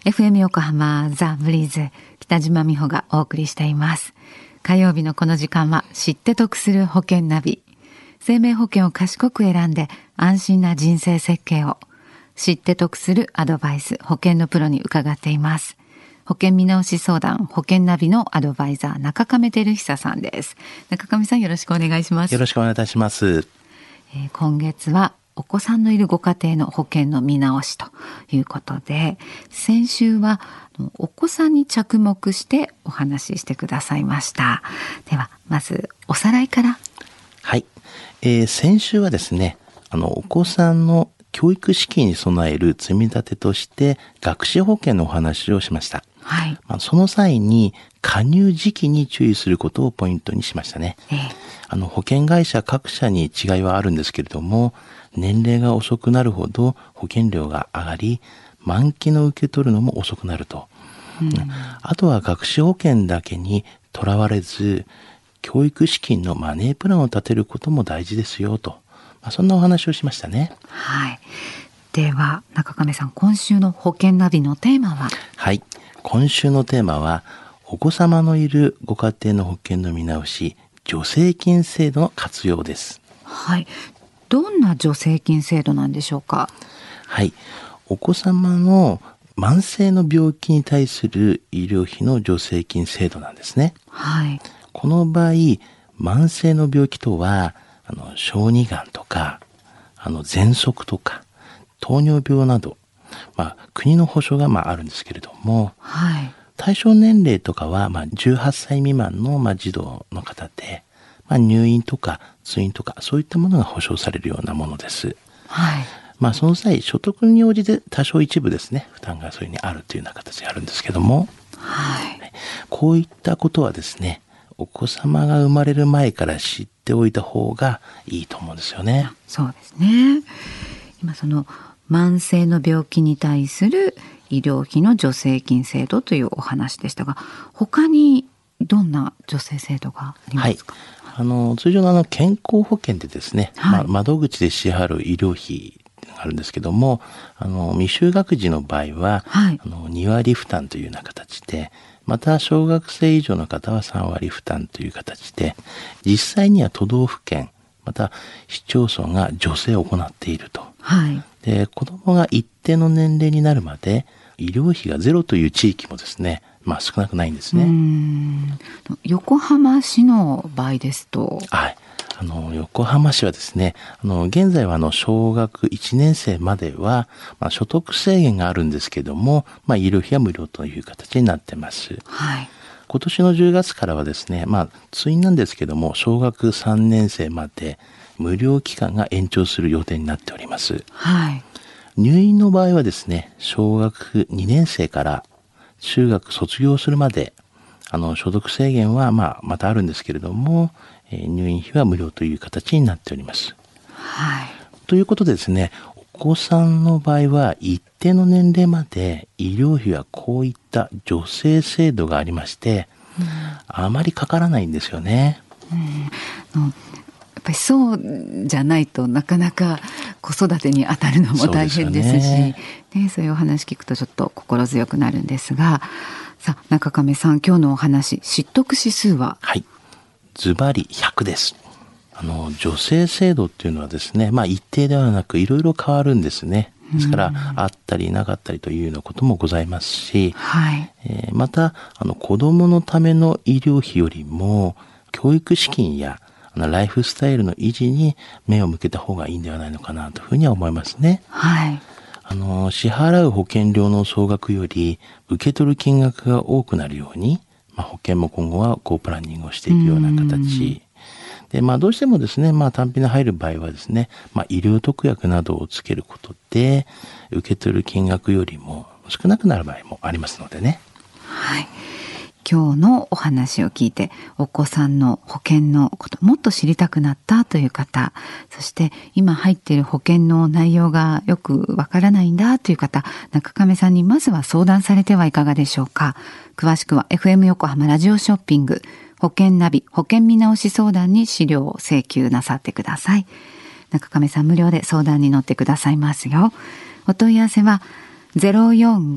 FM 横浜ザ・ブリーズ、北島美穂がお送りしています。火曜日のこの時間は知って得する保険ナビ。生命保険を賢く選んで安心な人生設計を、知って得するアドバイス、保険のプロに伺っています。保険見直し相談、保険ナビのアドバイザー、中亀照久さんです。中亀さん、よろしくお願いします。 よろしくお願いいたします。 今月はお子さんのいるご家庭の保険の見直しということで、先週はお子さんに着目してお話ししてくださいました。ではまずおさらいから。 はい、先週はですね、お子さんの教育資金に備える積み立てとして学資保険のお話をしました。 はい。 その際に加入時期に注意することをポイントにしましたね。保険会社各社に違いはあるんですけれども、年齢が遅くなるほど保険料が上がり、満期の受け取るのも遅くなると。あとは学資保険だけにとらわれず、教育資金のマネープランを立てることも大事ですよと。そんなお話をしましたね。 はい。では中亀さん、今週の保険ナビのテーマは？ はい。今週のテーマは、お子様のいるご家庭の保険の見直し、助成金制度の活用です。 はい。どんな助成金制度なんでしょうか？ はい。お子様の慢性の病気に対する医療費の助成金制度なんですね。 はい。 この場合、慢性の病気とは、小児がんとか、喘息とか、糖尿病など、国の保障があるんですけれども、 はい。 対象年齢とかは18歳未満の児童の方で、入院とか通院とかそういったものが保障されるようなものです。 はい。 その際、所得に応じて多少一部ですね、負担がそういうふうにあるというような形があるんですけども、 はい。 こういったことはですね、お子様が生まれる前から知っておいた方がいいと思うんですよね。 そうですね。今その慢性の病気に対する医療費の助成金制度というお話でしたが、他にどんな助成制度がありますか？ はい、通常の健康保険でですね、 はい、 窓口で支払う医療費があるんですけども、未就学児の場合は、 はい、 2割負担というような形で、また小学生以上の方は3割負担という形で、実際には都道府県また市町村が助成を行っていると。 はい、 で、子供が一定の年齢になるまで医療費がゼロという地域もですね、少なくないんですね。 横浜市の場合ですと、 はい、横浜市はですね、現在は小学1年生までは、所得制限があるんですけども、医療費は無料という形になってます。 はい、 今年の10月からはですね、通院なんですけども、小学3年生まで無料期間が延長する予定になっております。 はい、 入院の場合はですね、小学2年生から中学卒業するまで、所得制限はまたあるんですけれども、入院費は無料という形になっております。 はい。 ということでですね、お子さんの場合は一定の年齢まで医療費はこういった助成制度がありまして、あまりかからないんですよね。 やっぱりそうじゃないとなかなか子育てに当たるのも大変ですし、そういうお話聞くとちょっと心強くなるんですが、さあ中亀さん、今日のお話、知得指数は？ はい、ズバリ100です。助成制度っていうのはですね、一定ではなくいろいろ変わるんですね。ですから、あったりなかったりというようなこともございますし、 はい、 また子どものための医療費よりも教育資金やライフスタイルの維持に目を向けた方がいいんではないのかなというふうには思いますね。 はい、 支払う保険料の総額より受け取る金額が多くなるように、保険も今後はプランニングをしていくような形で、どうしてもですね、単品で入る場合はですね、医療特約などをつけることで受け取る金額よりも少なくなる場合もありますのでね。 はい。今日のお話を聞いて、お子さんの保険のこともっと知りたくなったという方、そして今入っている保険の内容がよくわからないんだという方、中亀さんにまずは相談されてはいかがでしょうか。詳しくは FM 横浜ラジオショッピング保険ナビ保険見直し相談に資料を請求なさってください。中亀さん、無料で相談に乗ってくださいますよ。お問い合わせは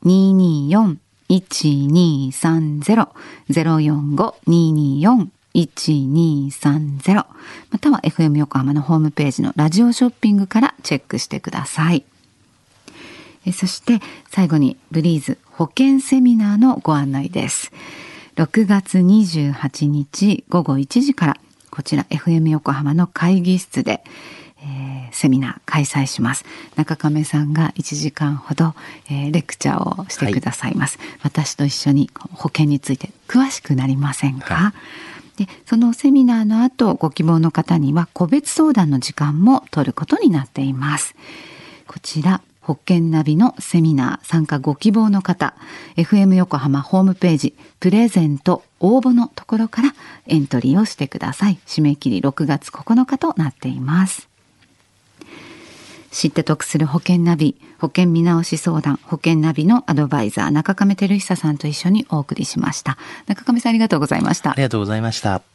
045-224-1230 045-224-1230または FM 横浜のホームページのラジオショッピングからチェックしてください。そして最後にブリーズ保険セミナーのご案内です。6月28日午後1時からこちら FM 横浜の会議室で、セミナー開催します。中亀さんが1時間ほど、レクチャーをしてくださいます、はい、私と一緒に保険について詳しくなりませんか、はい、でそのセミナーの後ご希望の方には個別相談の時間も取ることになっています。こちら保険ナビのセミナー参加ご希望の方 FM 横浜ホームページプレゼント応募のところからエントリーをしてください。締め切り6月9日となっています。知って得する保険ナビ保険見直し相談保険ナビのアドバイザー中亀照久さんと一緒にお送りしました。中亀さんありがとうございました。 ありがとうございました。